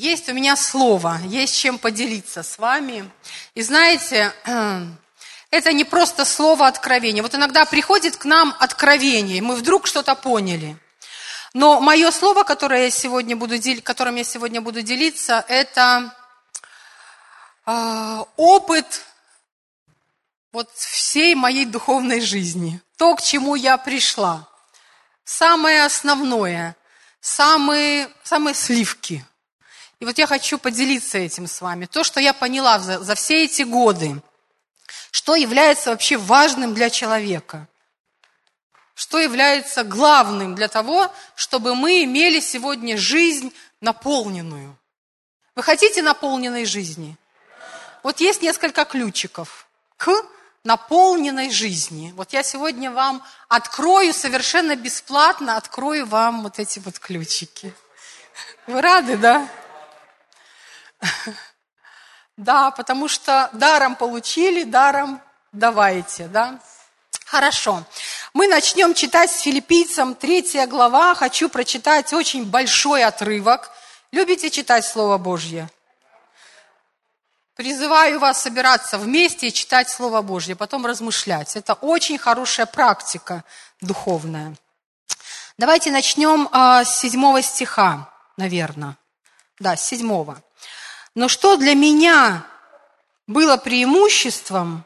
Есть у меня слово, есть чем поделиться с вами. И знаете, это не просто слово откровения. Вот иногда приходит к нам откровение, и мы вдруг что-то поняли. Но мое слово, которым я сегодня буду делиться, это опыт вот всей моей духовной жизни. То, к чему я пришла. Самое основное, самые сливки. И вот я хочу поделиться этим с вами. То, что я поняла за все эти годы, что является вообще важным для человека, что является главным для того, чтобы мы имели сегодня жизнь наполненную. Вы хотите наполненной жизни? Вот есть несколько ключиков к наполненной жизни. Вот я сегодня вам открою, совершенно бесплатно открою вам вот эти вот ключики. Вы рады, да? Да, потому что даром получили, даром давайте, да? Хорошо. Мы начнем читать с Филиппийцам 3 глава. Хочу прочитать очень большой отрывок. Любите читать Слово Божье? Призываю вас собираться вместе и читать Слово Божье, потом размышлять. Это очень хорошая практика духовная. Давайте начнем с 7 стиха, наверное. Да, с 7. Но что для меня было преимуществом,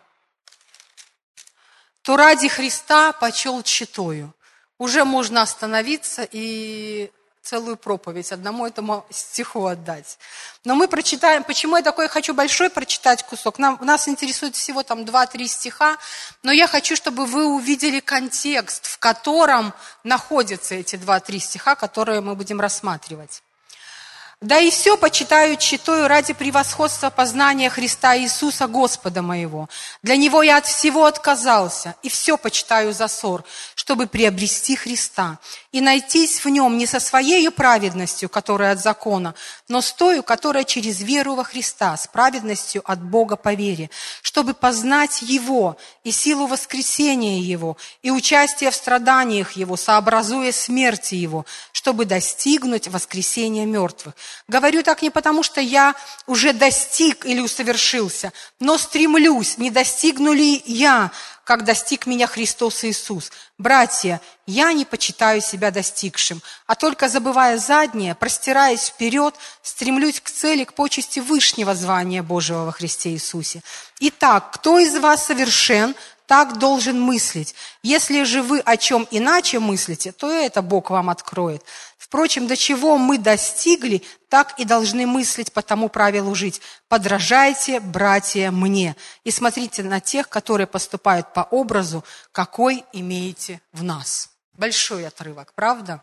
то ради Христа почел тщетою. Уже можно остановиться и целую проповедь одному этому стиху отдать. Но мы прочитаем, почему я такой хочу большой прочитать кусок. Нас интересует всего там 2-3 стиха, но я хочу, чтобы вы увидели контекст, в котором находятся эти 2-3 стиха, которые мы будем рассматривать. «Да и все почитаю тщетою ради превосходства познания Христа Иисуса Господа моего. Для Него я от всего отказался, и все почитаю за ссор, чтобы приобрести Христа, и найтись в Нем не со своей праведностью, которая от закона, но с тою, которая через веру во Христа, с праведностью от Бога по вере, чтобы познать Его и силу воскресения Его, и участие в страданиях Его, сообразуя смерти Его, чтобы достигнуть воскресения мертвых. Говорю так не потому, что я уже достиг или усовершился, но стремлюсь, не достигну ли я, как достиг меня Христос Иисус. Братья, я не почитаю себя достигшим, а только забывая заднее, простираясь вперед, стремлюсь к цели, к почести вышнего звания Божьего во Христе Иисусе. Итак, кто из вас совершен, так должен мыслить. Если же вы о чем иначе мыслите, то это Бог вам откроет. Впрочем, до чего мы достигли, так и должны мыслить по тому правилу жить. Подражайте, братья, мне, и смотрите на тех, которые поступают по образу, какой имеете в нас». Большой отрывок, правда?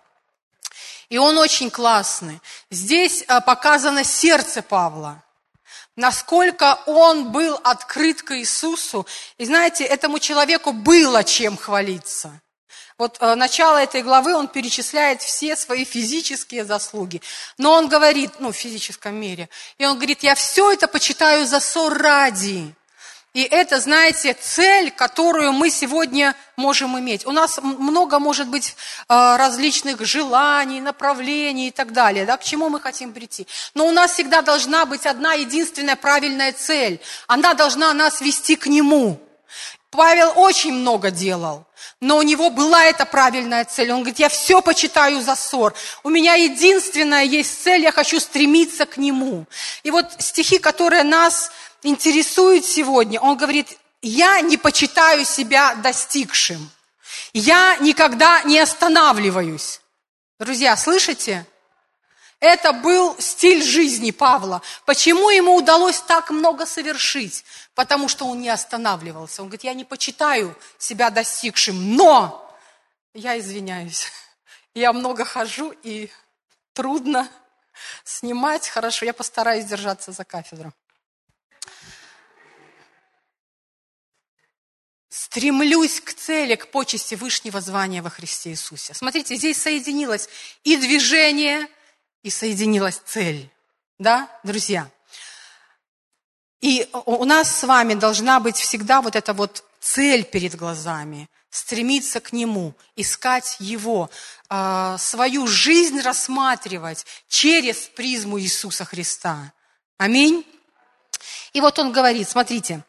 И он очень классный. Здесь показано сердце Павла. Насколько он был открыт к Иисусу. И знаете, этому человеку было чем хвалиться. Вот начало этой главы он перечисляет все свои физические заслуги. Но он говорит, в физическом мире, и он говорит, я все это почитаю за ссор ради. И это, знаете, цель, которую мы сегодня можем иметь. У нас много, может быть, различных желаний, направлений и так далее, да, к чему мы хотим прийти. Но у нас всегда должна быть одна единственная правильная цель. Она должна нас вести к Нему. Павел очень много делал, но у него была эта правильная цель. Он говорит, я все почитаю за ссор. У меня единственная есть цель, я хочу стремиться к Нему. И вот стихи, которые нас интересуют сегодня, он говорит, я не почитаю себя достигшим. Я никогда не останавливаюсь. Друзья, слышите? Это был стиль жизни Павла. Почему ему удалось так много совершить? Потому что он не останавливался. Он говорит, я не почитаю себя достигшим, но я извиняюсь. Я много хожу и трудно снимать. Хорошо, я постараюсь держаться за кафедру. Стремлюсь к цели, к почести вышнего звания во Христе Иисусе. Смотрите, здесь соединилось и движение, и соединилась цель. Да, друзья? И у нас с вами должна быть всегда вот эта вот цель перед глазами. стремиться к Нему, искать Его, свою жизнь рассматривать через призму Иисуса Христа. Аминь. И вот он говорит, смотрите,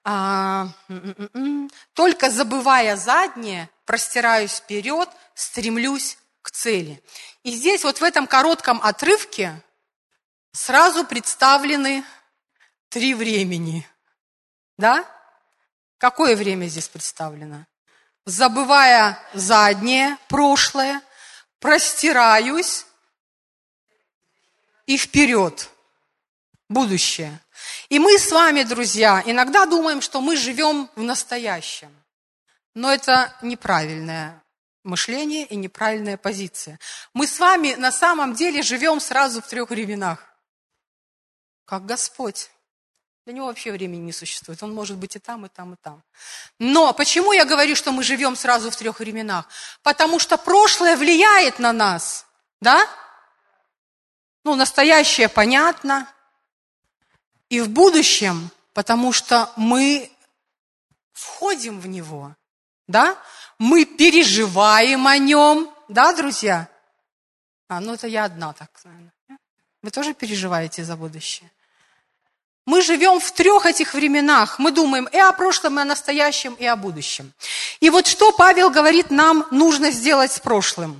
только забывая заднее, простираюсь вперед, стремлюсь к цели. И здесь вот в этом коротком отрывке сразу представлены 3 времени. Да? Какое время здесь представлено? Забывая заднее, прошлое, простираюсь и вперед, будущее. И мы с вами, друзья, иногда думаем, что мы живем в настоящем. Но это неправильное мышление и неправильная позиция. Мы с вами на самом деле живем сразу в 3 временах. Как Господь. Для Него вообще времени не существует. Он может быть и там, и там, и там. Но почему я говорю, что мы живем сразу в 3 временах? Потому что прошлое влияет на нас. Да? Настоящее понятно. И в будущем, потому что мы входим в него. Да? Мы переживаем о нем. Да, друзья? Это я одна так, наверное. Вы тоже переживаете за будущее? Мы живем в 3 этих временах. Мы думаем и о прошлом, и о настоящем, и о будущем. И вот что Павел говорит, нам нужно сделать с прошлым.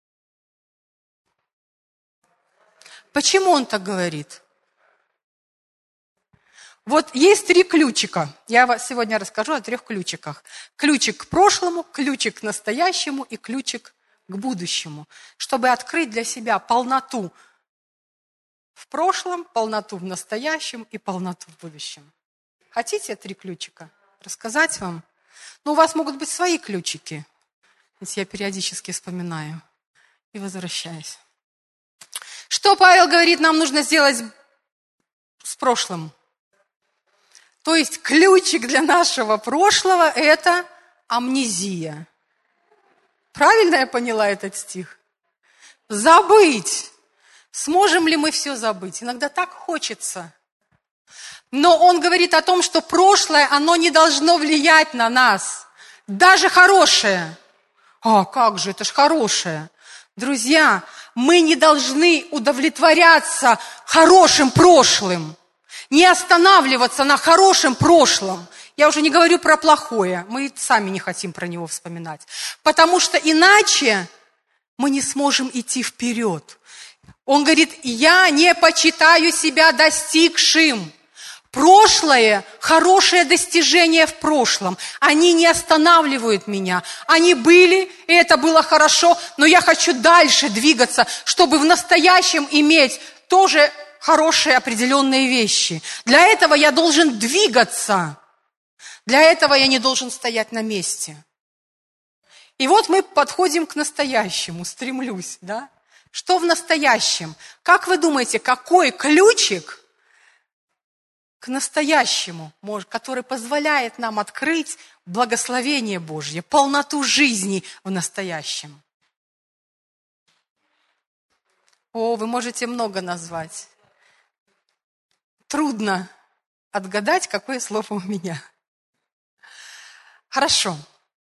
Почему он так говорит? Вот есть 3 ключика. Я вам сегодня расскажу о 3 ключиках. Ключик к прошлому, ключик к настоящему и ключик к будущему. Чтобы открыть для себя полноту в прошлом, полноту в настоящем и полноту в будущем. Хотите 3 ключика? Рассказать вам? У вас могут быть свои ключики. Ведь я периодически вспоминаю и возвращаюсь. Что Павел говорит, нам нужно сделать с прошлым? То есть ключик для нашего прошлого – это амнезия. Правильно я поняла этот стих? Забыть. Сможем ли мы все забыть? Иногда так хочется. Но он говорит о том, что прошлое, оно не должно влиять на нас. Даже хорошее. Как же, это ж хорошее. Друзья, мы не должны удовлетворяться хорошим прошлым. Не останавливаться на хорошем прошлом. Я уже не говорю про плохое. Мы сами не хотим про него вспоминать. Потому что иначе мы не сможем идти вперед. Он говорит, я не почитаю себя достигшим. Прошлое, хорошее достижение в прошлом, они не останавливают меня. Они были, и это было хорошо, но я хочу дальше двигаться, чтобы в настоящем иметь тоже хорошие определенные вещи. Для этого я должен двигаться. Для этого я не должен стоять на месте. И вот мы подходим к настоящему, стремлюсь, да? Что в настоящем? Как вы думаете, какой ключик к настоящему, который позволяет нам открыть благословение Божье, полноту жизни в настоящем? Вы можете много назвать. Трудно отгадать, какое слово у меня. Хорошо.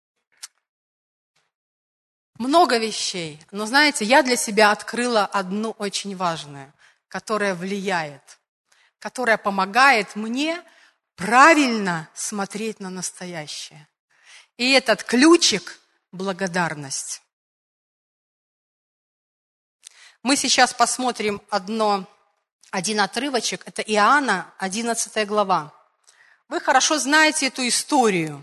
Много вещей. Но знаете, я для себя открыла одну очень важную, которая влияет, которая помогает мне правильно смотреть на настоящее. И этот ключик – благодарность. Мы сейчас посмотрим один отрывочек. Это Иоанна, 11 глава. Вы хорошо знаете эту историю.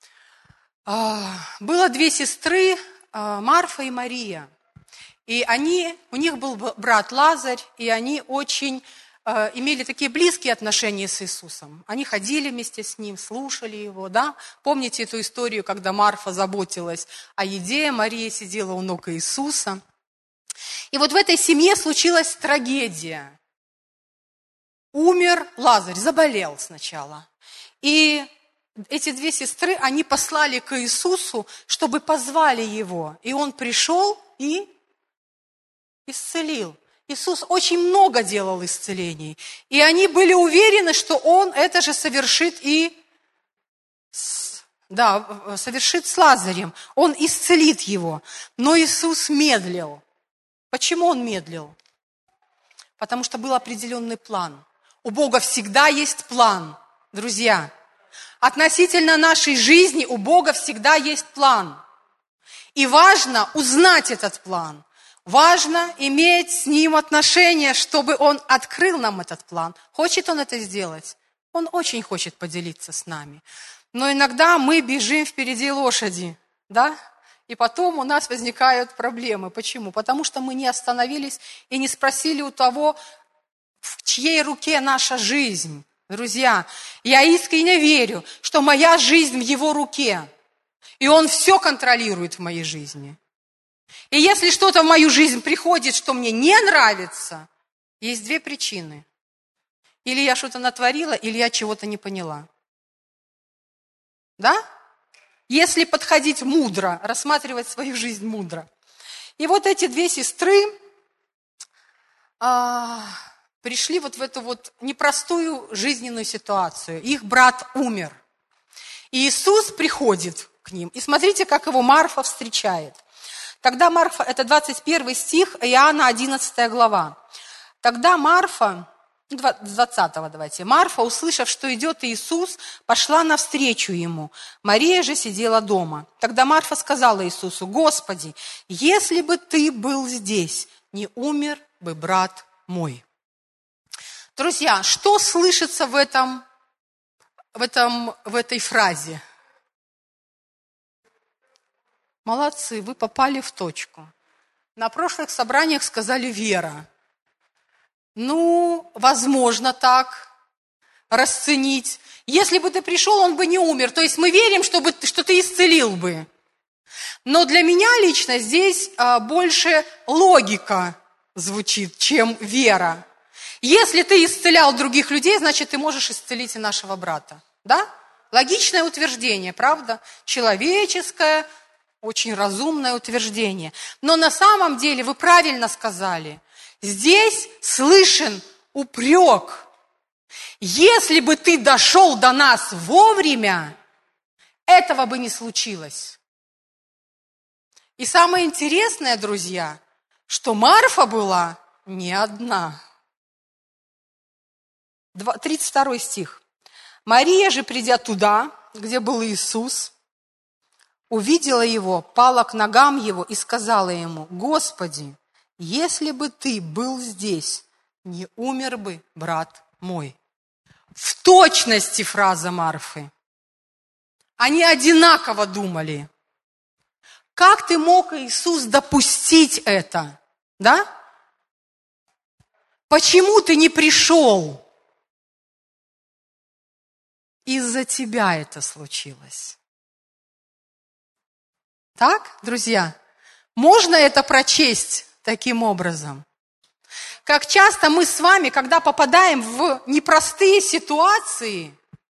Было 2 сестры, Марфа и Мария. И у них был брат Лазарь, и они очень имели такие близкие отношения с Иисусом. Они ходили вместе с Ним, слушали Его, да? Помните эту историю, когда Марфа заботилась о еде, Мария сидела у ног Иисуса. И вот в этой семье случилась трагедия. Умер Лазарь, заболел сначала. И эти 2 сестры, они послали к Иисусу, чтобы позвали Его. И Он пришел и исцелил. Иисус очень много делал исцелений. И они были уверены, что Он это же совершит и с Да, совершит с Лазарем. Он исцелит его. Но Иисус медлил. Почему он медлил? Потому что был определенный план. У Бога всегда есть план, друзья. Относительно нашей жизни у Бога всегда есть план. И важно узнать этот план. Важно иметь с Ним отношения, чтобы Он открыл нам этот план. Хочет Он это сделать? Он очень хочет поделиться с нами. Но иногда мы бежим впереди лошади, да? И потом у нас возникают проблемы. Почему? Потому что мы не остановились и не спросили у того, в чьей руке наша жизнь. Друзья, я искренне верю, что моя жизнь в Его руке. И Он все контролирует в моей жизни. И если что-то в мою жизнь приходит, что мне не нравится, есть две причины. Или я что-то натворила, или я чего-то не поняла. Да? Если подходить мудро, рассматривать свою жизнь мудро. И вот эти две сестры пришли вот в эту вот непростую жизненную ситуацию. Их брат умер. И Иисус приходит к ним. И смотрите, как его Марфа встречает. Тогда Марфа, это 21 стих, Иоанна 11 глава. Тогда Марфа, 20 давайте. Марфа, услышав, что идет Иисус, пошла навстречу Ему. Мария же сидела дома. Тогда Марфа сказала Иисусу: «Господи, если бы Ты был здесь, не умер бы брат мой». Друзья, что слышится в этой фразе? Молодцы, вы попали в точку. На прошлых собраниях сказали «вера». Ну, возможно так расценить. Если бы ты пришел, он бы не умер. То есть мы верим, что ты исцелил бы. Но для меня лично здесь больше логика звучит, чем вера. Если ты исцелял других людей, значит, ты можешь исцелить и нашего брата. Да? Логичное утверждение, правда? Человеческое, очень разумное утверждение. Но на самом деле вы правильно сказали. Здесь слышен упрек. Если бы ты дошел до нас вовремя, этого бы не случилось. И самое интересное, друзья, что Марфа была не одна. 32 стих. Мария же, придя туда, где был Иисус, увидела Его, пала к ногам Его и сказала Ему: «Господи, если бы Ты был здесь, не умер бы брат мой». В точности фраза Марфы. Они одинаково думали. Как ты мог, Иисус, допустить это? Да? Почему ты не пришел? Из-за тебя это случилось. Так, друзья? Можно это прочесть таким образом? Как часто мы с вами, когда попадаем в непростые ситуации,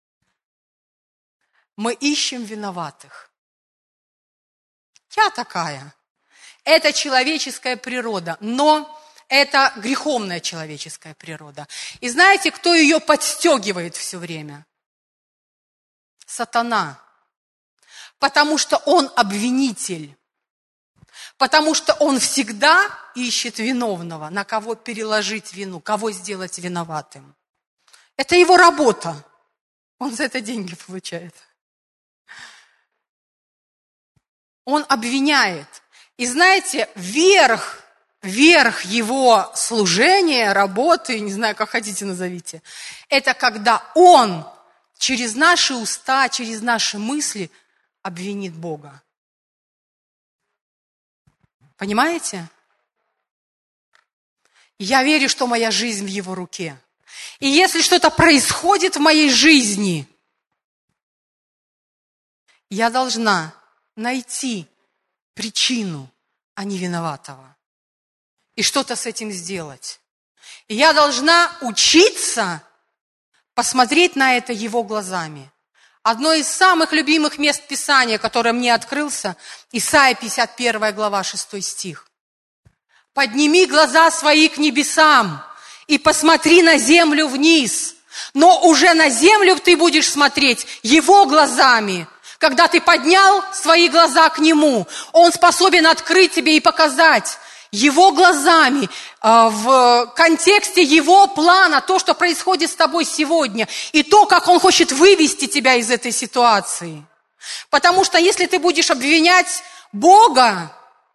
мы ищем виноватых. Я такая. Это человеческая природа, но это греховная человеческая природа. И знаете, кто ее подстегивает все время? Сатана. Потому что он обвинитель. Потому что он всегда ищет виновного, на кого переложить вину, кого сделать виноватым. Это его работа. Он за это деньги получает. Он обвиняет. И знаете, верх его служения, работы, не знаю, как хотите назовите, это когда он через наши уста, через наши мысли обвинит Бога. Понимаете? Я верю, что моя жизнь в Его руке. И если что-то происходит в моей жизни, я должна найти причину, а не виноватого. И что-то с этим сделать. И я должна учиться посмотреть на это Его глазами. Одно из самых любимых мест Писания, которое мне открылся, Исайя 51 глава, 6 стих. «Подними глаза свои к небесам и посмотри на землю вниз, но уже на землю ты будешь смотреть Его глазами, когда ты поднял свои глаза к Нему, Он способен открыть тебе и показать Его глазами, в контексте Его плана, то, что происходит с тобой сегодня, и то, как Он хочет вывести тебя из этой ситуации. Потому что если ты будешь обвинять Бога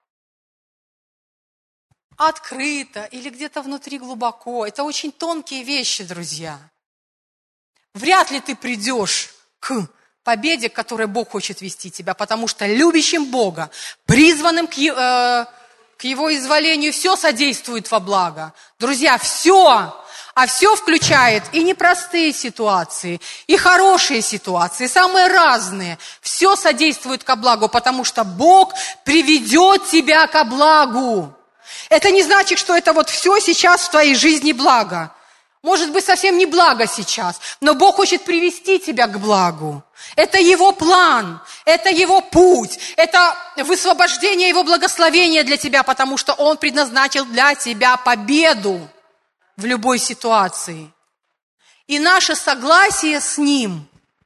открыто или где-то внутри глубоко, это очень тонкие вещи, друзья. Вряд ли ты придешь к победе, к которой Бог хочет вести тебя, потому что любящим Бога, призванным к Его изволению, все содействует во благо. Друзья, все, а все включает и непростые ситуации, и хорошие ситуации, самые разные. Все содействует ко благу, потому что Бог приведет тебя ко благу. Это не значит, что это вот все сейчас в твоей жизни благо. Может быть, совсем не благо сейчас, но Бог хочет привести тебя к благу. Это Его план, это Его путь, это высвобождение Его благословения для тебя, потому что Он предназначил для тебя победу в любой ситуации. И наше согласие с Ним,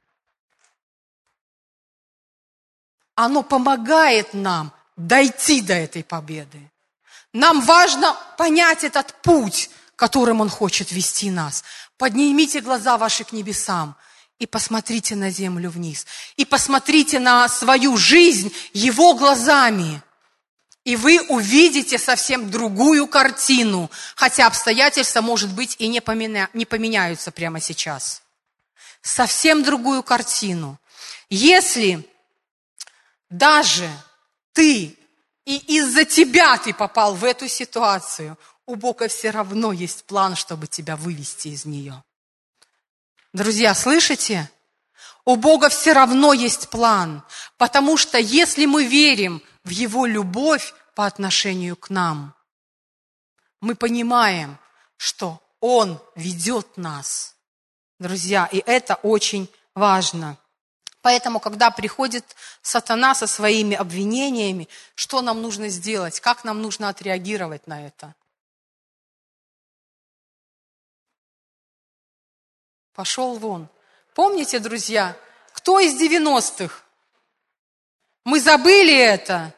оно помогает нам дойти до этой победы. Нам важно понять этот путь, которым Он хочет вести нас. Поднимите глаза ваши к небесам и посмотрите на землю вниз. И посмотрите на свою жизнь Его глазами. И вы увидите совсем другую картину, хотя обстоятельства, может быть, и не поменяются прямо сейчас. Совсем другую картину. Если даже ты и из-за тебя ты попал в эту ситуацию, у Бога все равно есть план, чтобы тебя вывести из нее. Друзья, слышите? У Бога все равно есть план, потому что если мы верим в Его любовь по отношению к нам, мы понимаем, что Он ведет нас. Друзья, и это очень важно. Поэтому, когда приходит сатана со своими обвинениями, что нам нужно сделать, как нам нужно отреагировать на это? Пошел вон. Помните, друзья, кто из 90-х? Мы забыли это.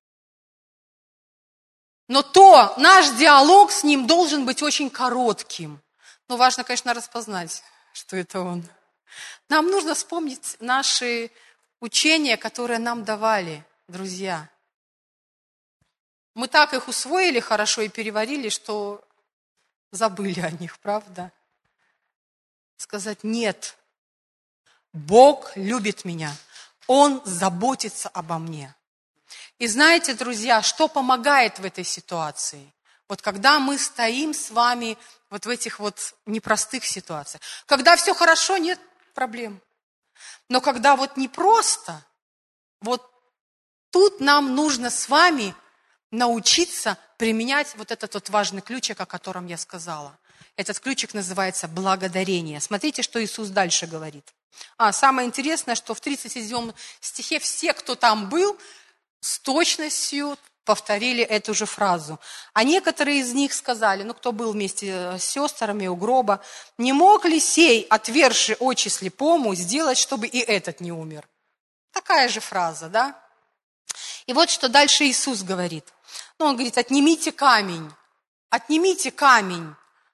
Но наш диалог с ним должен быть очень коротким. Но важно, конечно, распознать, что это он. Нам нужно вспомнить наши учения, которые нам давали, друзья. Мы так их усвоили хорошо и переварили, что забыли о них, правда? Сказать нет. Бог любит меня. Он заботится обо мне. И знаете, друзья, что помогает в этой ситуации? Вот когда мы стоим с вами вот в этих вот непростых ситуациях. Когда все хорошо, нет проблем. Но когда вот непросто, вот тут нам нужно с вами научиться применять вот этот вот важный ключик, о котором я сказала. Этот ключик называется благодарение. Смотрите, что Иисус дальше говорит. Самое интересное, что в 37 стихе все, кто там был, с точностью повторили эту же фразу. А некоторые из них сказали, кто был вместе с сестрами у гроба, не мог ли сей, отверши очи слепому, сделать, чтобы и этот не умер? Такая же фраза, да? И вот что дальше Иисус говорит. Он говорит, отнимите камень. Отнимите камень.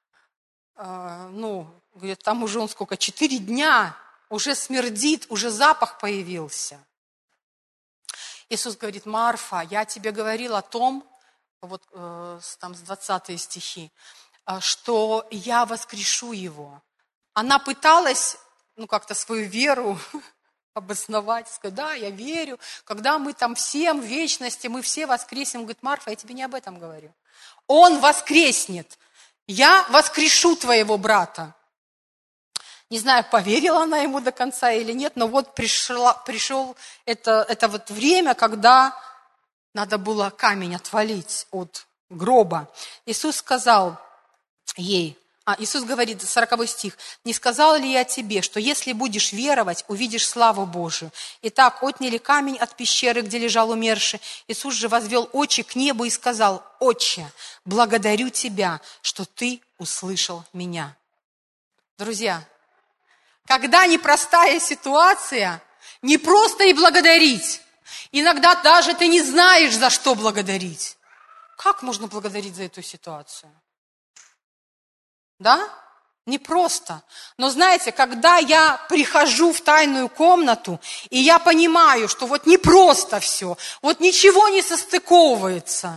Говорит, там уже он 4 дня, уже смердит, уже запах появился. Иисус говорит, Марфа, я тебе говорил о том, там с 20 стихи, что я воскрешу его. Она пыталась, как-то свою веру обосновать, сказать, да, я верю, когда мы там всем в вечности, мы все воскреснем. Говорит, Марфа, я тебе не об этом говорю. Он воскреснет. Я воскрешу твоего брата. Не знаю, поверила она ему до конца или нет, но вот пришел это вот время, когда надо было камень отвалить от гроба. Иисус сказал ей, Иисус говорит, 40 стих, «Не сказал ли я тебе, что если будешь веровать, увидишь славу Божию? Итак, отняли камень от пещеры, где лежал умерший. Иисус же возвел очи к небу и сказал, Отче, благодарю тебя, что ты услышал меня». Друзья, когда непростая ситуация, Не просто и благодарить. Иногда даже ты не знаешь, за что благодарить. Как можно благодарить за эту ситуацию? Да? Не просто. Но знаете, когда я прихожу в тайную комнату, и я понимаю, что вот не просто все, вот ничего не состыковывается,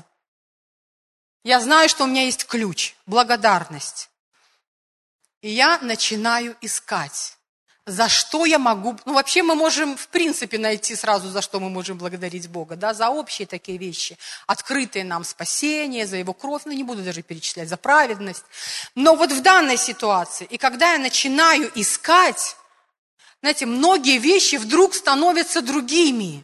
я знаю, что у меня есть ключ, благодарность. И я начинаю искать, за что я могу... Ну, вообще мы можем, в принципе, найти сразу, за что мы можем благодарить Бога, да, за общие такие вещи, открытые нам спасение, за Его кровь, ну, не буду даже перечислять, за праведность. Но вот в данной ситуации, и когда я начинаю искать, знаете, многие вещи вдруг становятся другими.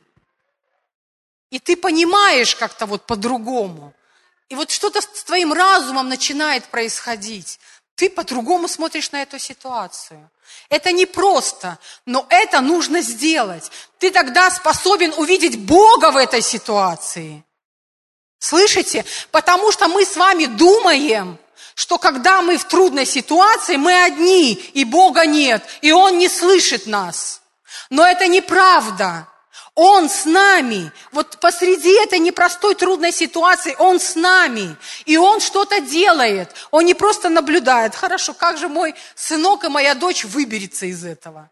И ты понимаешь как-то вот по-другому. И вот что-то с твоим разумом начинает происходить. Ты по-другому смотришь на эту ситуацию. Это непросто, но это нужно сделать. Ты тогда способен увидеть Бога в этой ситуации. Слышите? Потому что мы с вами думаем, что когда мы в трудной ситуации, мы одни, и Бога нет, и Он не слышит нас. Но это неправда. Он с нами. Вот посреди этой непростой, трудной ситуации Он с нами. И Он что-то делает. Он не просто наблюдает. Хорошо, как же мой сынок и моя дочь выберется из этого?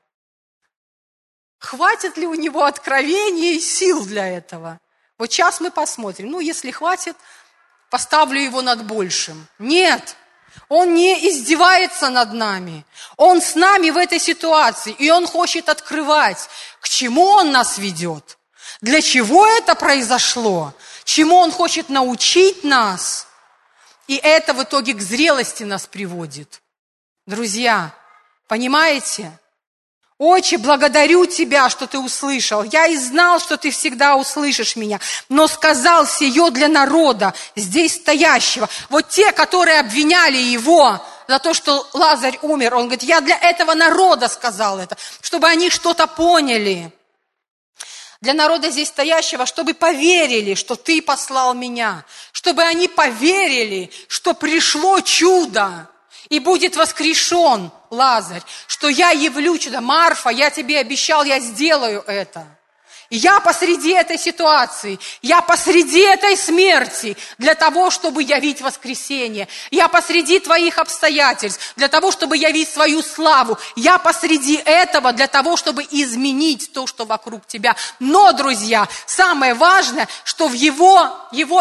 Хватит ли у него откровения и сил для этого? Вот сейчас мы посмотрим. Ну, если хватит, поставлю его над большим. Нет. Он не издевается над нами. Он с нами в этой ситуации. И Он хочет открывать, к чему Он нас ведет. Для чего это произошло. Чему Он хочет научить нас. И это в итоге к зрелости нас приводит. Друзья, понимаете? Отче, благодарю Тебя, что Ты услышал. Я и знал, что Ты всегда услышишь меня. Но сказал сие для народа, здесь стоящего. Вот те, которые обвиняли Его за то, что Лазарь умер, Он говорит, я для этого народа сказал это, чтобы они что-то поняли. Для народа здесь стоящего, чтобы поверили, что Ты послал меня. Чтобы они поверили, что пришло чудо. И будет воскрешен Лазарь, что я явлю чудо. Марфа, я тебе обещал, я сделаю это. И я посреди этой ситуации, я посреди этой смерти для того, чтобы явить воскресение. Я посреди твоих обстоятельств для того, чтобы явить свою славу. Я посреди этого для того, чтобы изменить то, что вокруг тебя. Но, друзья, самое важное, что в его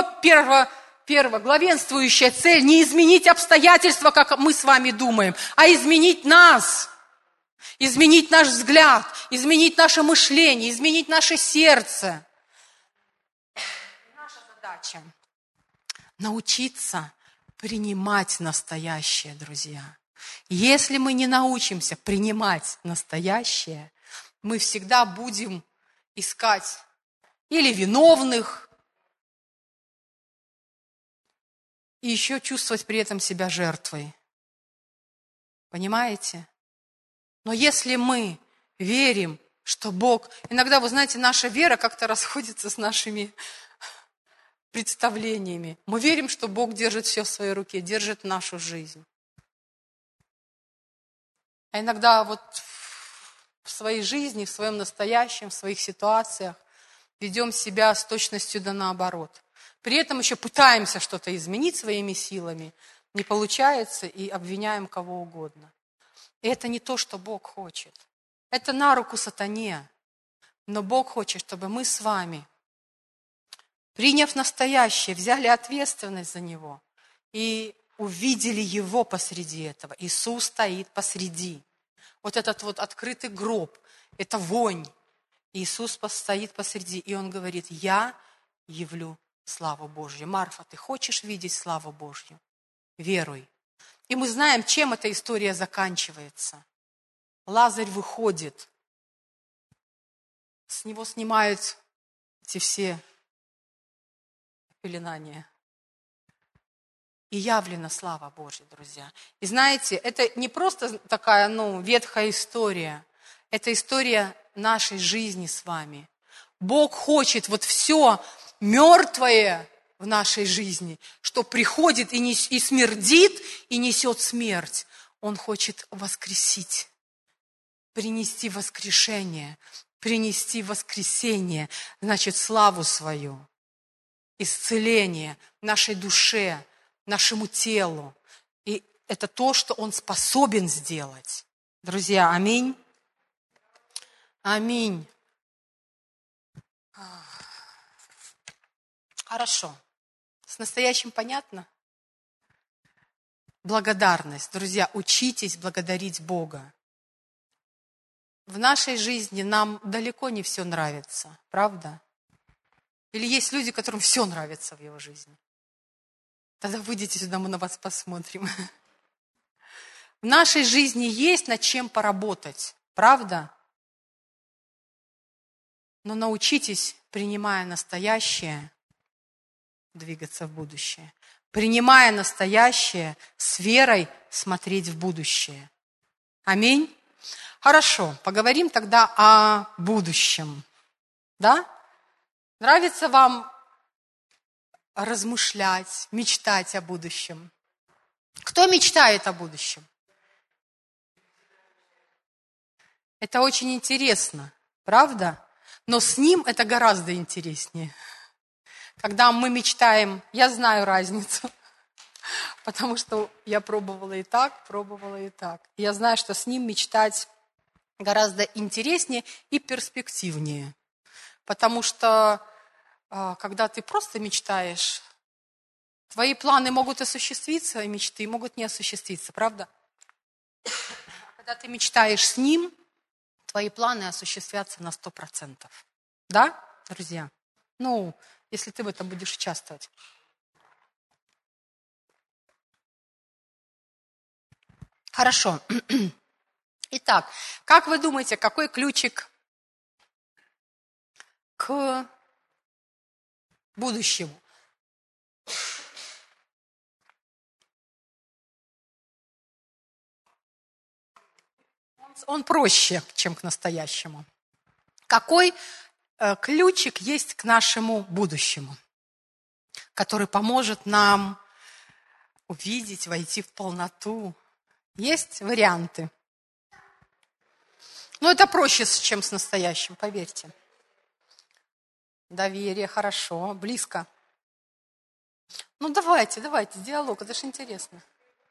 главенствующая цель не изменить обстоятельства, как мы с вами думаем, а изменить нас, изменить наш взгляд, изменить наше мышление, изменить наше сердце. Наша задача научиться принимать настоящее, друзья. Если мы не научимся принимать настоящее, мы всегда будем искать или виновных, и еще чувствовать при этом себя жертвой. Понимаете? Но если мы верим, что Бог... Иногда, вы знаете, наша вера как-то расходится с нашими представлениями. Мы верим, что Бог держит все в своей руке, держит нашу жизнь. А иногда вот в своей жизни, в своем настоящем, в своих ситуациях ведем себя с точностью да наоборот. При этом еще пытаемся что-то изменить своими силами, не получается и обвиняем кого угодно. И это не то, что Бог хочет. Это на руку сатане. Но Бог хочет, чтобы мы с вами, приняв настоящее, взяли ответственность за него и увидели Его посреди этого. Иисус стоит посреди. Вот этот вот открытый гроб, это вонь. Иисус стоит посреди, и Он говорит, я явлю славу Божью. Марфа, ты хочешь видеть славу Божью? Веруй. И мы знаем, чем эта история заканчивается. Лазарь выходит. С него снимают эти все пеленания. И явлена слава Божья, друзья. И знаете, это не просто такая, ветхая история. Это история нашей жизни с вами. Бог хочет вот все мертвое в нашей жизни, что приходит и смердит, и несет смерть. Он хочет воскресить, принести воскрешение, принести воскресение, значит, славу свою, исцеление нашей душе, нашему телу. И это то, что Он способен сделать. Друзья, аминь. Аминь. Хорошо. С настоящим понятно? Благодарность. Друзья, учитесь благодарить Бога. В нашей жизни нам далеко не все нравится, правда? Или есть люди, которым все нравится в его жизни? Тогда выйдите сюда, мы на вас посмотрим. В нашей жизни есть над чем поработать, правда? Но научитесь, принимая настоящее, двигаться в будущее. Принимая настоящее, с верой смотреть в будущее. Аминь. Хорошо, поговорим тогда о будущем. Да? Нравится вам размышлять, мечтать о будущем? Кто мечтает о будущем? Это очень интересно, правда? Но с ним это гораздо интереснее. Когда мы мечтаем, я знаю разницу, потому что я пробовала и так, пробовала и так. Я знаю, что с ним мечтать гораздо интереснее и перспективнее. Потому что, когда ты просто мечтаешь, твои планы могут осуществиться, и мечты могут не осуществиться, правда? Когда ты мечтаешь с ним, твои планы осуществятся на 100%. Да, друзья? Если ты в этом будешь участвовать. Хорошо. Итак, как вы думаете, какой ключик к будущему? Он проще, чем к настоящему. Какой ключик есть к нашему будущему, который поможет нам увидеть, войти в полноту? Есть варианты. Но это проще, чем с настоящим, поверьте. Доверие, хорошо, близко. Давайте, диалог, это же интересно.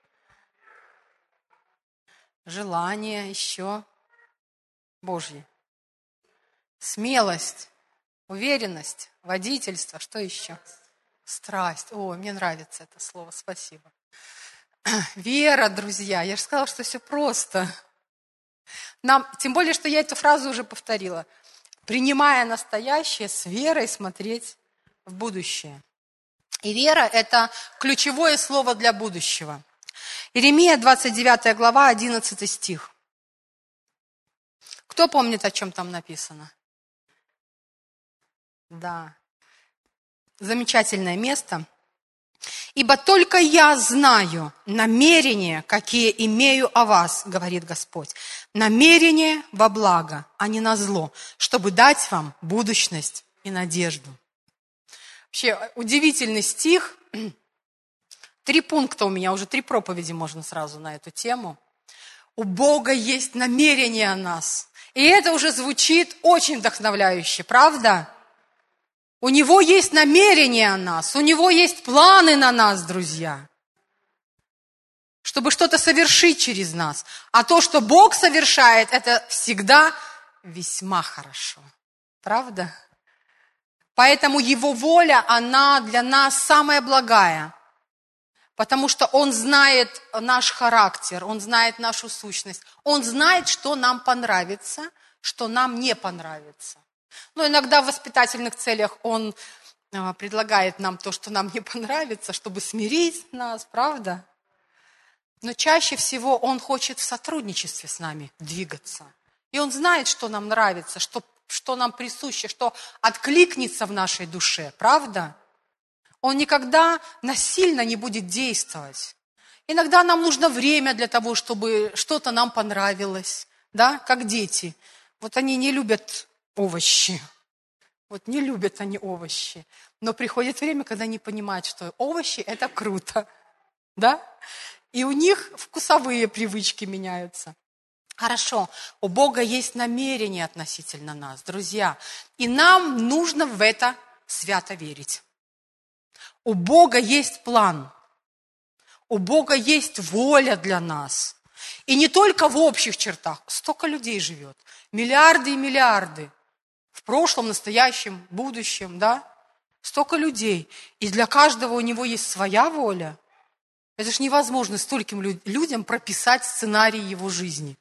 Желание еще Божье. Смелость, уверенность, водительство, что еще? Страсть. Мне нравится это слово, спасибо. Вера, друзья, я же сказала, что все просто. Тем более, что я эту фразу уже повторила. Принимая настоящее, с верой смотреть в будущее. И вера – это ключевое слово для будущего. Иеремия, 29 глава, 11 стих. Кто помнит, о чем там написано? Да. Замечательное место. «Ибо только я знаю намерения, какие имею о вас, говорит Господь. Намерения во благо, а не на зло, чтобы дать вам будущность и надежду». Вообще, удивительный стих. 3 пункта у меня, уже 3 проповеди можно сразу на эту тему. У Бога есть намерение о нас. И это уже звучит очень вдохновляюще, правда? У Него есть намерение о нас, у Него есть планы на нас, друзья, чтобы что-то совершить через нас. А то, что Бог совершает, это всегда весьма хорошо. Правда? Поэтому Его воля, она для нас самая благая. Потому что Он знает наш характер, Он знает нашу сущность. Он знает, что нам понравится, что нам не понравится. Иногда в воспитательных целях Он предлагает нам то, что нам не понравится, чтобы смирить нас, правда? Но чаще всего Он хочет в сотрудничестве с нами двигаться. И Он знает, что нам нравится, что нам присуще, что откликнется в нашей душе, правда? Он никогда насильно не будет действовать. Иногда нам нужно время для того, чтобы что-то нам понравилось, да, как дети. Они не любят овощи. Не любят они овощи. Но приходит время, когда они понимают, что овощи – это круто. Да? И у них вкусовые привычки меняются. Хорошо, у Бога есть намерение относительно нас, друзья. И нам нужно в это свято верить. У Бога есть план. У Бога есть воля для нас. И не только в общих чертах. Столько людей живет. Миллиарды и миллиарды. В прошлом, настоящем, будущем, да? Столько людей. И для каждого у него есть своя воля. Это же невозможно стольким людям прописать сценарий его жизни.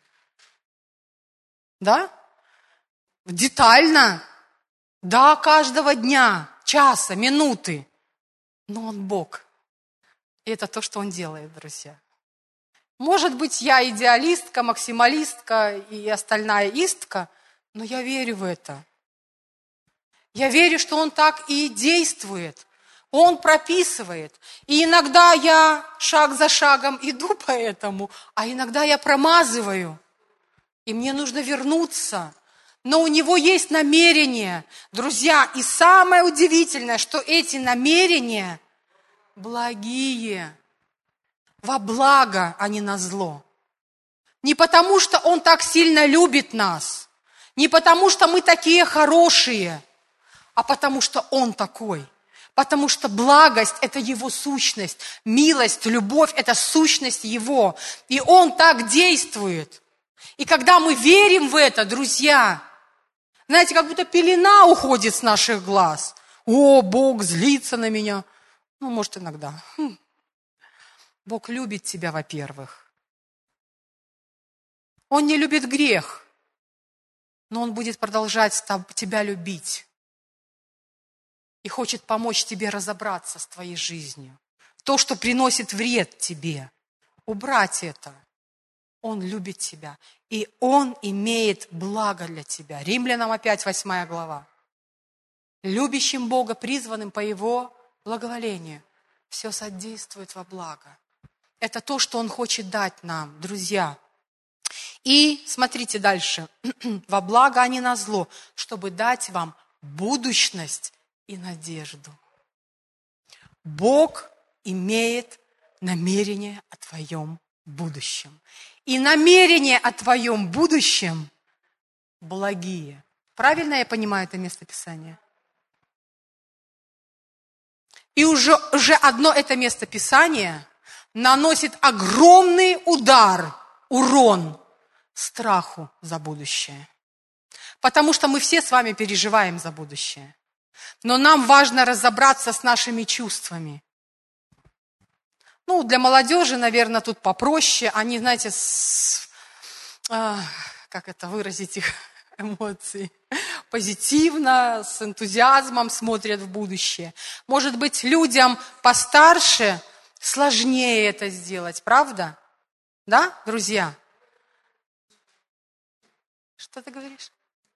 Да? Детально. Да, каждого дня, часа, минуты. Но Он Бог. И это то, что Он делает, друзья. Может быть, я идеалистка, максималистка и остальная истка, но я верю в это. Я верю, что Он так и действует. Он прописывает. И иногда я шаг за шагом иду по этому, а иногда я промазываю. И мне нужно вернуться. Но у Него есть намерения, друзья. И самое удивительное, что эти намерения благие, во благо, а не на зло. Не потому, что Он так сильно любит нас, не потому, что мы такие хорошие, а потому, что Он такой. Потому что благость – это Его сущность, милость, любовь – это сущность Его. И Он так действует. И когда мы верим в это, друзья, знаете, как будто пелена уходит с наших глаз. О, Бог злится на меня. Ну, может, иногда. Бог любит тебя, во-первых. Он не любит грех, но Он будет продолжать тебя любить. И хочет помочь тебе разобраться с твоей жизнью. То, что приносит вред тебе, убрать это. Он любит тебя. И Он имеет благо для тебя. Римлянам опять 8 глава. Любящим Бога, призванным по Его благоволению, все содействует во благо. Это то, что Он хочет дать нам, друзья. И смотрите дальше. Во благо, а не на зло, чтобы дать вам будущность и надежду. Бог имеет намерение о твоем будущем. И намерения о твоем будущем благие. Правильно я понимаю это местописание? И уже одно это местописание наносит огромный удар, урон страху за будущее. Потому что мы все с вами переживаем за будущее. Но нам важно разобраться с нашими чувствами. Ну, для молодежи, наверное, тут попроще. Они, знаете, как это выразить их эмоции? Позитивно, с энтузиазмом смотрят в будущее. Может быть, людям постарше сложнее это сделать, правда? Да, друзья? Что ты говоришь?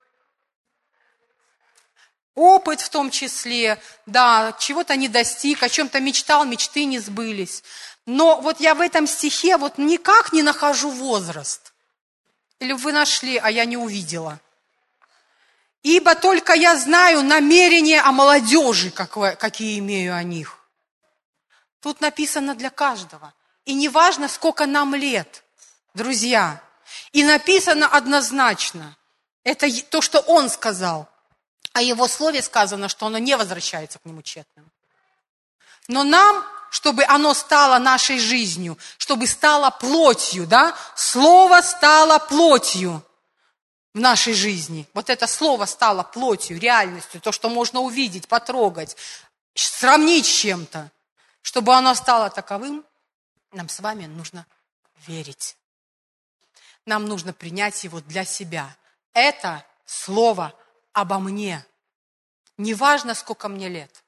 Опыт в том числе, да, чего-то не достиг, о чем-то мечтал, мечты не сбылись. Но вот я в этом стихе вот никак не нахожу возраст. Или вы нашли, а я не увидела. Ибо только я знаю намерения о молодежи, какие имею о них. Тут написано для каждого. И не важно, сколько нам лет, друзья. И написано однозначно. Это то, что Он сказал. О Его слове сказано, что оно не возвращается к Нему тщетным. Но нам, чтобы оно стало нашей жизнью, чтобы стало плотью, да? Слово стало плотью в нашей жизни. Вот это слово стало плотью, реальностью, то, что можно увидеть, потрогать, сравнить с чем-то. Чтобы оно стало таковым, нам с вами нужно верить. Нам нужно принять его для себя. Это слово обо мне. Неважно, сколько мне лет.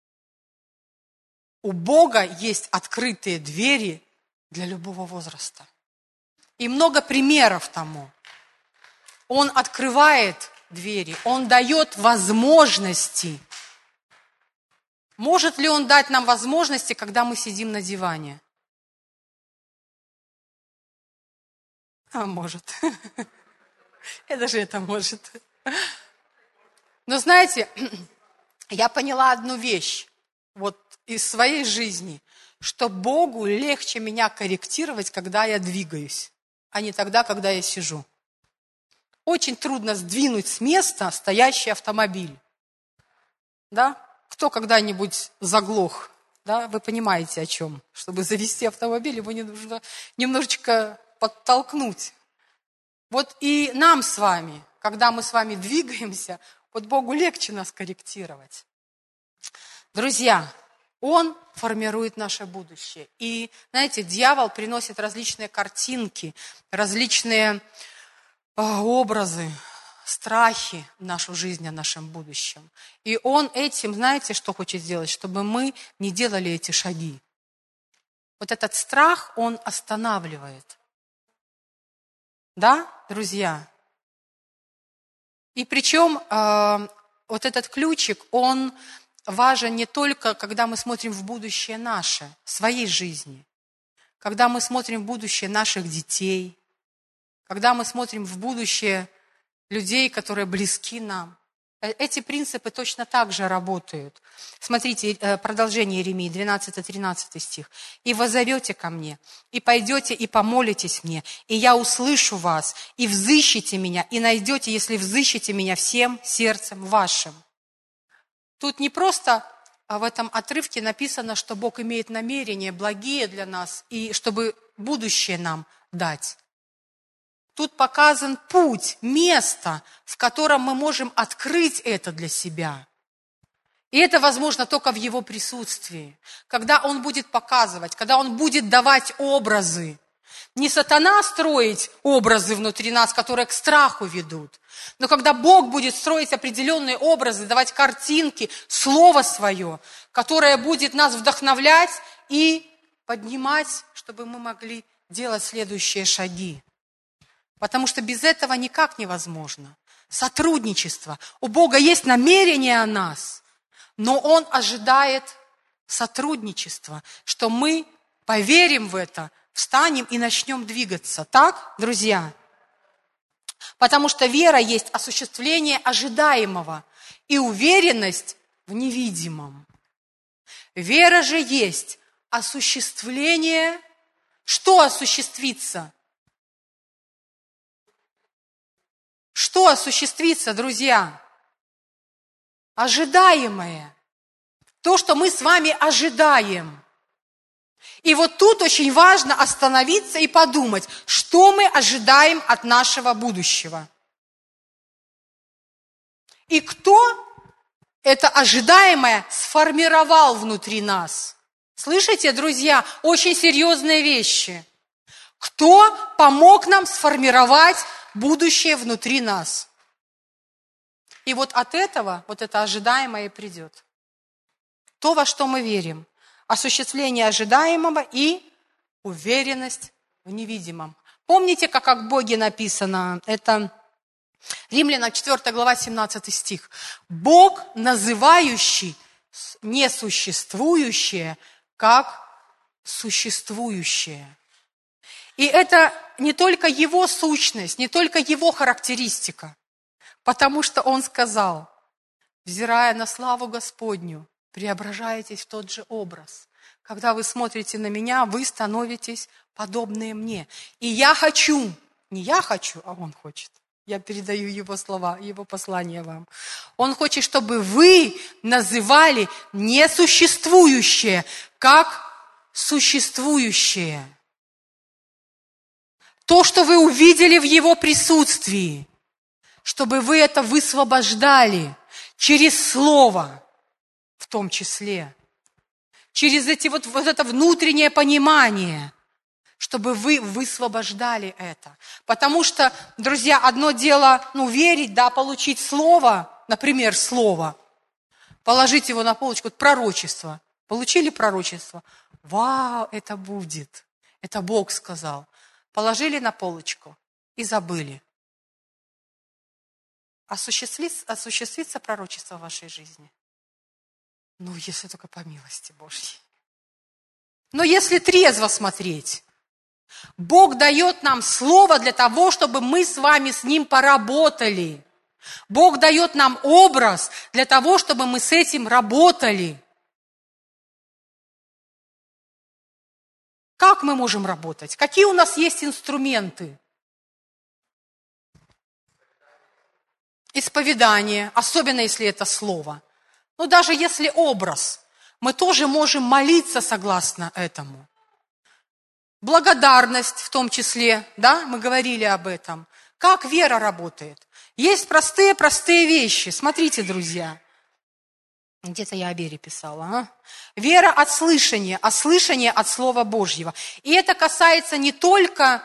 У Бога есть открытые двери для любого возраста. И много примеров тому. Он открывает двери, Он дает возможности. Может ли Он дать нам возможности, когда мы сидим на диване? Может. Это же это может. Но знаете, я поняла одну вещь вот из своей жизни, что Богу легче меня корректировать, когда я двигаюсь, а не тогда, когда я сижу. очень трудно сдвинуть с места стоящий автомобиль. Да? Кто когда-нибудь заглох? Да? Вы понимаете, о чем. Чтобы завести автомобиль, его не нужно немножечко подтолкнуть. Вот и нам с вами, когда мы с вами двигаемся, вот Богу легче нас корректировать. Друзья, Он формирует наше будущее. И, знаете, дьявол приносит различные картинки, различные образы, страхи в нашу жизнь о нашем будущем. И он этим, знаете, что хочет сделать? Чтобы мы не делали эти шаги. Вот этот страх, он останавливает. Да, друзья? И причем вот этот ключик, он важен не только, когда мы смотрим в будущее наше, своей жизни, когда мы смотрим в будущее наших детей, когда мы смотрим в будущее людей, которые близки нам. Эти принципы точно так же работают. Смотрите, продолжение Иеремии, 12-13 стих. «И воззовете ко мне, и пойдете, и помолитесь мне, и я услышу вас, и взыщете меня, и найдете, если взыщете меня всем сердцем вашим». Тут не просто в этом отрывке написано, что Бог имеет намерения благие для нас, и чтобы будущее нам дать. Тут показан путь, место, в котором мы можем открыть это для себя. И это возможно только в Его присутствии, когда Он будет показывать, когда Он будет давать образы. Не сатана строить образы внутри нас, которые к страху ведут, но когда Бог будет строить определенные образы, давать картинки, Слово Свое, которое будет нас вдохновлять и поднимать, чтобы мы могли делать следующие шаги. Потому что без этого никак невозможно. Сотрудничество. У Бога есть намерение о нас, но Он ожидает сотрудничества, что мы поверим в это, встанем и начнем двигаться. Так, друзья? Потому что вера есть осуществление ожидаемого и уверенность в невидимом. Вера же есть осуществление. Что осуществится? Что осуществится, друзья? Ожидаемое. То, что мы с вами ожидаем. И вот тут очень важно остановиться и подумать, что мы ожидаем от нашего будущего. И кто это ожидаемое сформировал внутри нас. Слышите, друзья, очень серьезные вещи. Кто помог нам сформировать будущее внутри нас? И вот от этого, вот это ожидаемое придет. То, во что мы верим. Осуществление ожидаемого и уверенность в невидимом. Помните, как о Боге написано? Это Римлянам 4 глава, 17 стих. Бог, называющий несуществующее, как существующее. И это не только Его сущность, не только Его характеристика, потому что Он сказал, взирая на славу Господню, преображаетесь в тот же образ. Когда вы смотрите на меня, вы становитесь подобные мне. И я хочу, не я хочу, а Он хочет. Я передаю Его слова, Его послание вам. Он хочет, чтобы вы называли несуществующее, как существующее. То, что вы увидели в Его присутствии, чтобы вы это высвобождали через Слово в том числе, через вот это внутреннее понимание, чтобы вы высвобождали это. Потому что, друзья, одно дело, верить, да, получить Слово, например, Слово, положить его на полочку, пророчество. Получили пророчество? Вау, это будет. Это Бог сказал. Положили на полочку и забыли. Осуществится пророчество в вашей жизни? Если только по милости Божьей. Но если трезво смотреть, Бог дает нам слово для того, чтобы мы с вами с Ним поработали. Бог дает нам образ для того, чтобы мы с этим работали. Как мы можем работать? Какие у нас есть инструменты? исповедание, особенно если это слово. Но даже если образ, мы тоже можем молиться согласно этому. Благодарность в том числе, да, мы говорили об этом. Как вера работает? Есть простые вещи. Смотрите, друзья. Где-то я о вере писала. Вера от слышания, а слышание от Слова Божьего. И это касается не только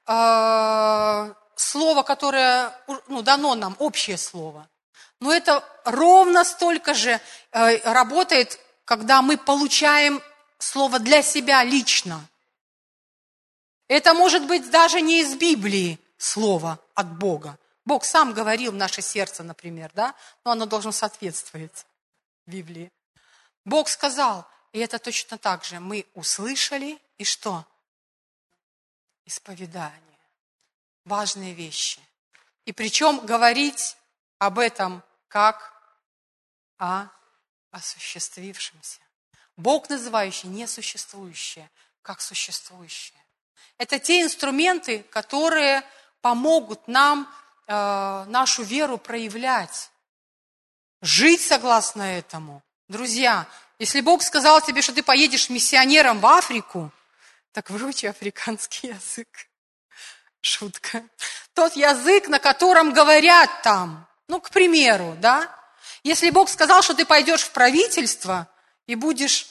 слова, которое дано нам, общее слово. Но это ровно столько же работает, когда мы получаем слово для себя лично. Это может быть даже не из Библии слово от Бога. Бог сам говорил в наше сердце, например, да? Но оно должно соответствовать Библии. Бог сказал, и это точно так же. Мы услышали, и что? Исповедание. Важные вещи. И причем говорить об этом как о осуществившемся. Бог, называющий несуществующее, как существующее. Это те инструменты, которые помогут нам нашу веру проявлять. Жить согласно этому. Друзья, если Бог сказал тебе, что ты поедешь миссионером в Африку, так выучи африканский язык. Шутка. Тот язык, на котором говорят там. К примеру, да? Если Бог сказал, что ты пойдешь в правительство и будешь,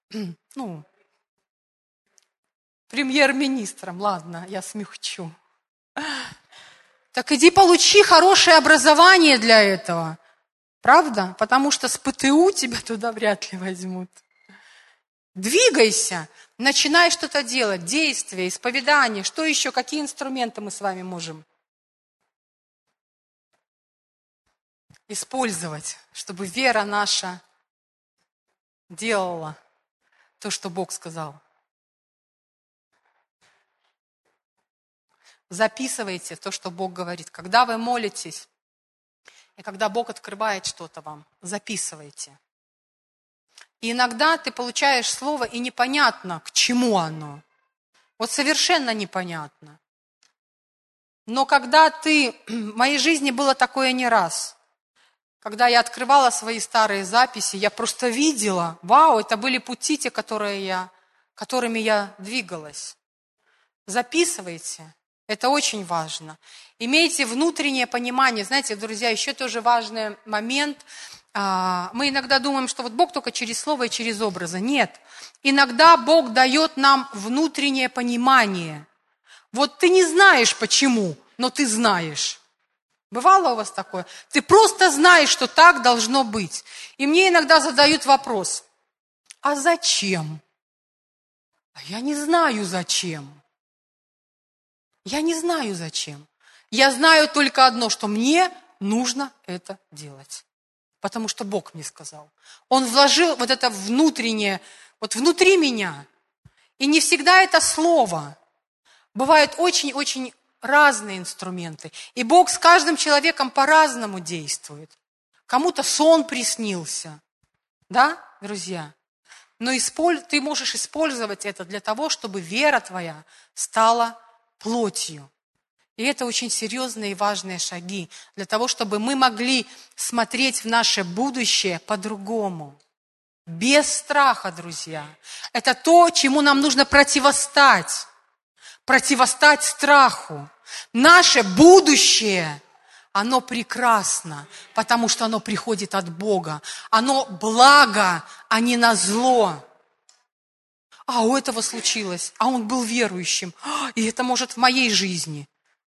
премьер-министром, ладно, я смягчу. Так иди получи хорошее образование для этого. Правда? Потому что с ПТУ тебя туда вряд ли возьмут. Двигайся, начинай что-то делать, действие, исповедание. Что еще, какие инструменты мы с вами можем использовать, чтобы вера наша делала то, что Бог сказал? Записывайте то, что Бог говорит. Когда вы молитесь, и когда Бог открывает что-то вам, записывайте. И иногда ты получаешь слово, и непонятно, к чему оно. Вот совершенно непонятно. Но когда в моей жизни было такое не раз, когда я открывала свои старые записи, я просто видела, вау, это были пути те, которыми я двигалась. Записывайте. Это очень важно. Имейте внутреннее понимание. Знаете, друзья, еще тоже важный момент. Мы иногда думаем, что вот Бог только через слово и через образы. Нет. Иногда Бог дает нам внутреннее понимание. Вот ты не знаешь почему, но ты знаешь. Бывало у вас такое? Ты просто знаешь, что так должно быть. И мне иногда задают вопрос, а зачем? А я не знаю зачем. Я не знаю зачем. Я знаю только одно, что мне нужно это делать. Потому что Бог мне сказал. Он вложил вот это внутреннее, вот внутри меня. И не всегда это слово. Бывают очень-очень разные инструменты. И Бог с каждым человеком по-разному действует. Кому-то сон приснился. Да, друзья? Но ты можешь использовать это для того, чтобы вера твоя стала плотью. И это очень серьезные и важные шаги для того, чтобы мы могли смотреть в наше будущее по-другому. Без страха, друзья. Это то, чему нам нужно противостать. Противостать страху. Наше будущее, оно прекрасно, потому что оно приходит от Бога. Оно благо, а не назло. А у этого случилось, а он был верующим, и это может в моей жизни.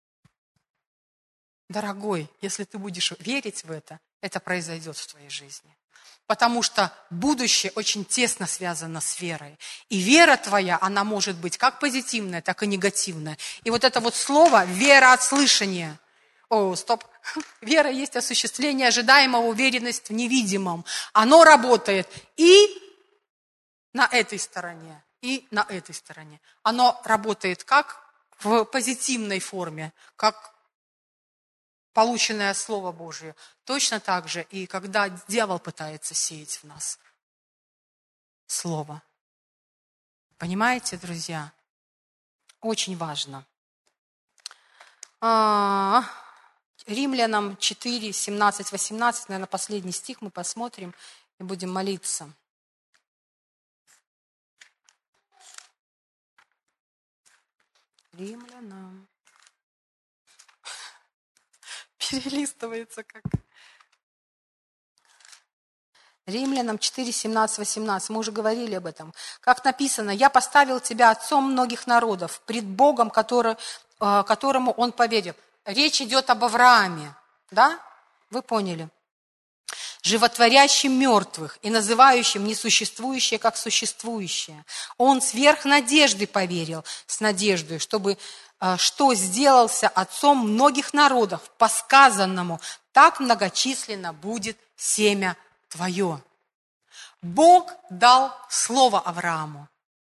Дорогой, если ты будешь верить в это произойдет в твоей жизни. Потому что будущее очень тесно связано с верой. И вера твоя, она может быть как позитивная, так и негативная. И вот это вот слово «вера от слышания». Вера есть осуществление ожидаемого, уверенность в невидимом. Оно работает и на этой стороне, и на этой стороне. Оно работает как в позитивной форме, как полученное Слово Божие. Точно так же и когда дьявол пытается сеять в нас Слово. Понимаете, друзья? Очень важно. Римлянам 4, 17, 18, наверное, последний стих мы посмотрим и будем молиться. Римлянам. Перелистывается как. Римлянам 4, 17, 18. Мы уже говорили об этом. Как написано, «Я поставил тебя отцом многих народов, пред Богом, которому он поверил». Речь идет об Аврааме. Да? Вы поняли. «Животворящим мертвых и называющим несуществующее как существующее. Он сверх надежды поверил, с надеждой, что сделался отцом многих народов, по сказанному, так многочисленно будет семя твое». Бог дал слово Аврааму.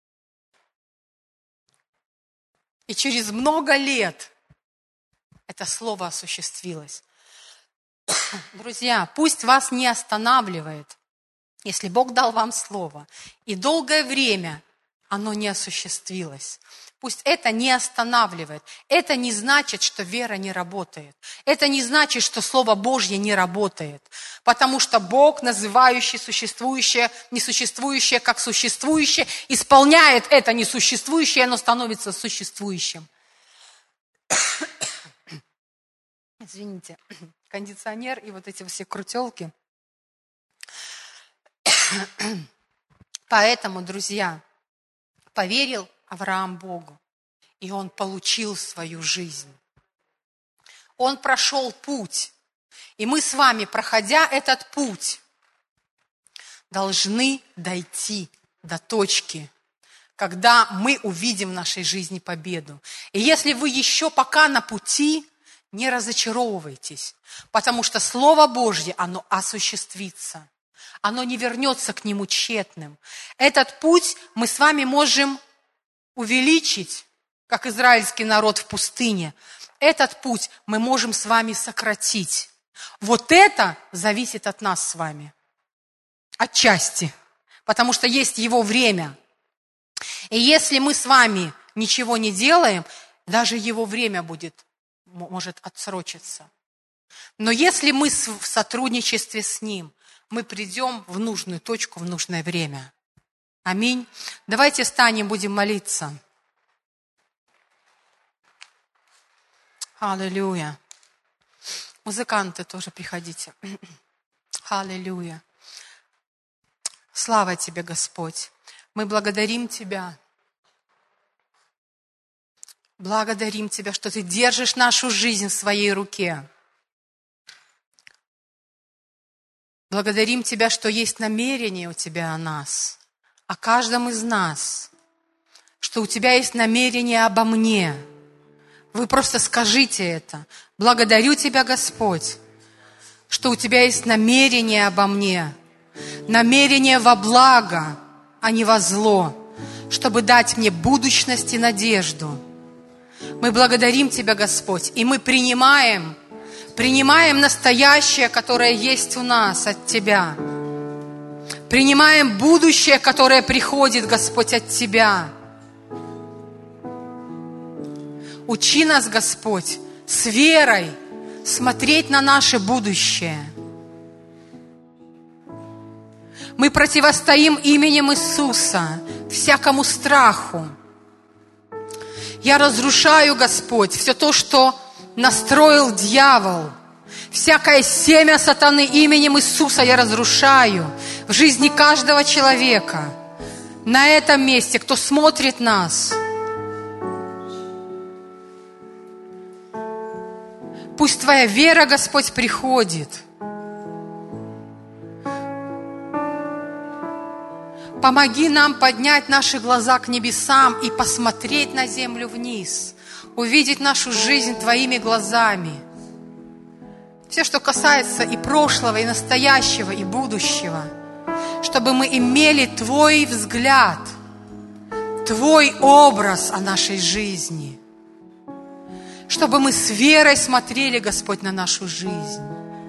И через много лет это слово осуществилось. Друзья, пусть вас не останавливает, если Бог дал вам слово, и долгое время оно не осуществилось. Пусть это не останавливает. Это не значит, что вера не работает. Это не значит, что Слово Божье не работает. Потому что Бог, называющий существующее, несуществующее как существующее, исполняет это несуществующее, и оно становится существующим. Извините, кондиционер и вот эти все крутелки. Поэтому, друзья, поверил Авраам Богу, и он получил свою жизнь. Он прошел путь, и мы с вами, проходя этот путь, должны дойти до точки, когда мы увидим в нашей жизни победу. И если вы еще пока на пути, не разочаровывайтесь, потому что Слово Божье, оно осуществится. Оно не вернется к нему тщетным. Этот путь мы с вами можем увеличить, как израильский народ в пустыне. Этот путь мы можем с вами сократить. Вот это зависит от нас с вами. Отчасти. Потому что есть его время. И если мы с вами ничего не делаем, даже его время может отсрочиться. Но если мы в сотрудничестве с ним, мы придем в нужную точку в нужное время. Аминь. Давайте встанем, будем молиться. Аллилуйя. Музыканты тоже приходите. Аллилуйя. Слава Тебе, Господь. Мы благодарим Тебя. Благодарим Тебя, что Ты держишь нашу жизнь в своей руке. Благодарим Тебя, что есть намерение у Тебя о нас, о каждом из нас, что у Тебя есть намерение обо мне. Вы просто скажите это. Благодарю Тебя, Господь, что у Тебя есть намерение обо мне, намерение во благо, а не во зло, чтобы дать мне будущность и надежду. Мы благодарим Тебя, Господь, и мы принимаем настоящее, которое есть у нас от Тебя. Принимаем будущее, которое приходит, Господь, от Тебя. Учи нас, Господь, с верой смотреть на наше будущее. Мы противостоим именем Иисуса всякому страху. Я разрушаю, Господь, все то, что настроил дьявол. Всякое семя сатаны именем Иисуса я разрушаю в жизни каждого человека. На этом месте, кто смотрит нас. Пусть Твоя вера, Господь, приходит. Помоги нам поднять наши глаза к небесам и посмотреть на землю вниз, увидеть нашу жизнь Твоими глазами. Все, что касается и прошлого, и настоящего, и будущего, чтобы мы имели Твой взгляд, Твой образ о нашей жизни, чтобы мы с верой смотрели, Господь, на нашу жизнь.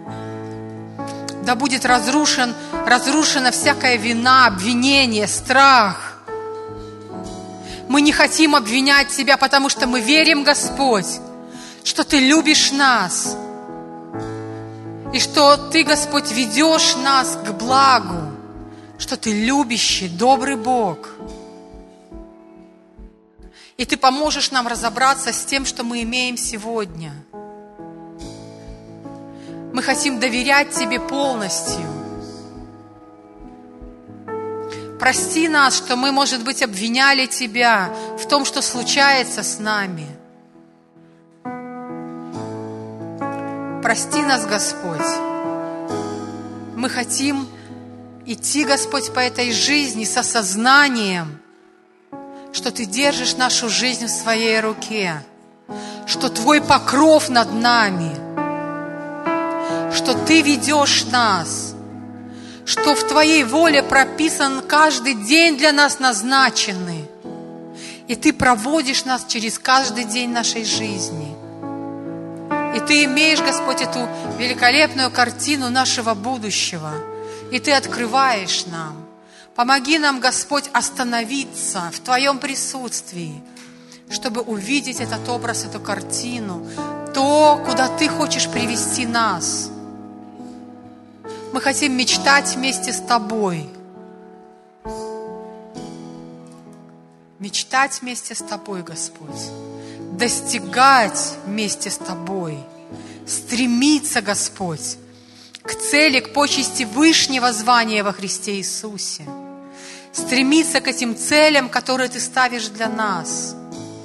Да будет разрушена всякая вина, обвинение, страх. Мы не хотим обвинять Тебя, потому что мы верим, Господь, что Ты любишь нас. И что Ты, Господь, ведешь нас к благу, что Ты любящий, добрый Бог. И Ты поможешь нам разобраться с тем, что мы имеем сегодня. Мы хотим доверять Тебе полностью. Прости нас, что мы, может быть, обвиняли Тебя в том, что случается с нами. Прости нас, Господь. Мы хотим идти, Господь, по этой жизни с осознанием, что Ты держишь нашу жизнь в Своей руке, что Твой покров над нами, что Ты ведешь нас, что в Твоей воле прописан каждый день для нас назначенный, и Ты проводишь нас через каждый день нашей жизни. И Ты имеешь, Господь, эту великолепную картину нашего будущего, и Ты открываешь нам. Помоги нам, Господь, остановиться в Твоем присутствии, чтобы увидеть этот образ, эту картину, то, куда Ты хочешь привести нас. Мы хотим мечтать вместе с Тобой. Мечтать вместе с Тобой, Господь. Достигать вместе с Тобой. Стремиться, Господь, к цели, к почести вышнего звания во Христе Иисусе. Стремиться к этим целям, которые Ты ставишь для нас.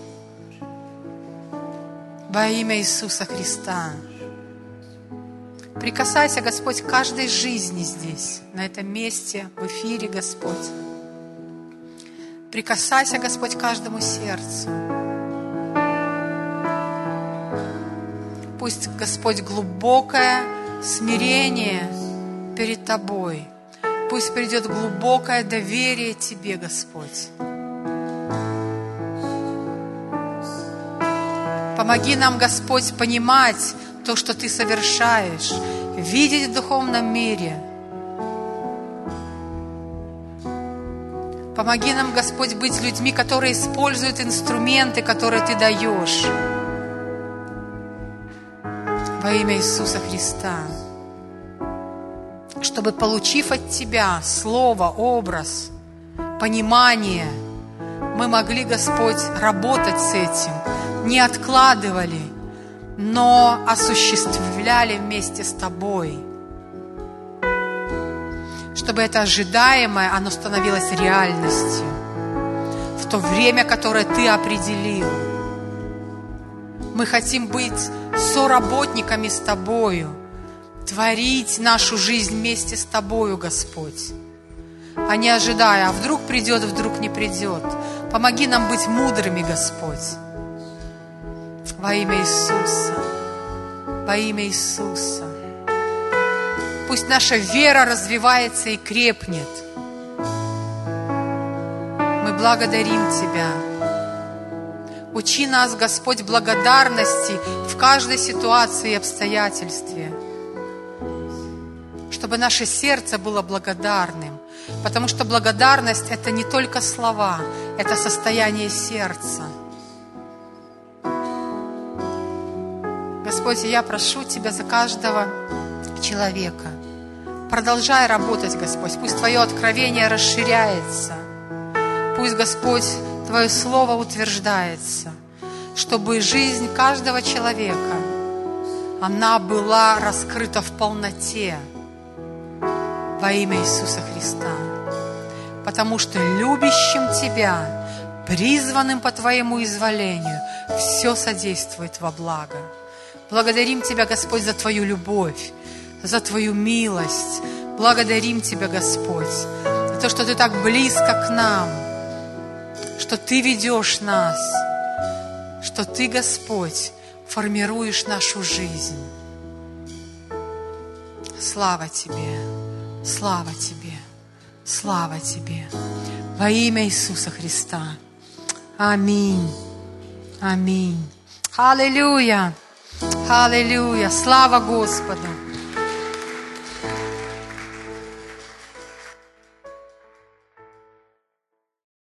Во имя Иисуса Христа. Прикасайся, Господь, к каждой жизни здесь, на этом месте, в эфире, Господь. Прикасайся, Господь, к каждому сердцу. Пусть, Господь, глубокое смирение перед Тобой. Пусть придет глубокое доверие Тебе, Господь. Помоги нам, Господь, понимать то, что Ты совершаешь, видеть в духовном мире. Помоги нам, Господь, быть людьми, которые используют инструменты, которые Ты даешь. Во имя Иисуса Христа. Чтобы, получив от Тебя слово, образ, понимание, мы могли, Господь, работать с этим, не откладывали, но осуществляли вместе с Тобой. Чтобы это ожидаемое, оно становилось реальностью в то время, которое Ты определил. Мы хотим быть соработниками с Тобою, творить нашу жизнь вместе с Тобою, Господь, а не ожидая, а вдруг придет, вдруг не придет. Помоги нам быть мудрыми, Господь. Во имя Иисуса. Во имя Иисуса. Пусть наша вера развивается и крепнет. Мы благодарим Тебя. Учи нас, Господь, благодарности в каждой ситуации и обстоятельстве. Чтобы наше сердце было благодарным. Потому что благодарность – это не только слова, это состояние сердца. Господь, я прошу Тебя за каждого человека. Продолжай работать, Господь. Пусть Твое откровение расширяется. Пусть, Господь, Твое Слово утверждается, чтобы жизнь каждого человека, она была раскрыта в полноте во имя Иисуса Христа. Потому что любящим Тебя, призванным по Твоему изволению, все содействует во благо. Благодарим Тебя, Господь, за Твою любовь, за Твою милость. Благодарим Тебя, Господь, за то, что Ты так близко к нам, что Ты ведешь нас, что Ты, Господь, формируешь нашу жизнь. Слава Тебе, слава Тебе, слава Тебе. Во имя Иисуса Христа. Аминь. Аминь. Аллилуйя. Аллилуйя. Слава Господу.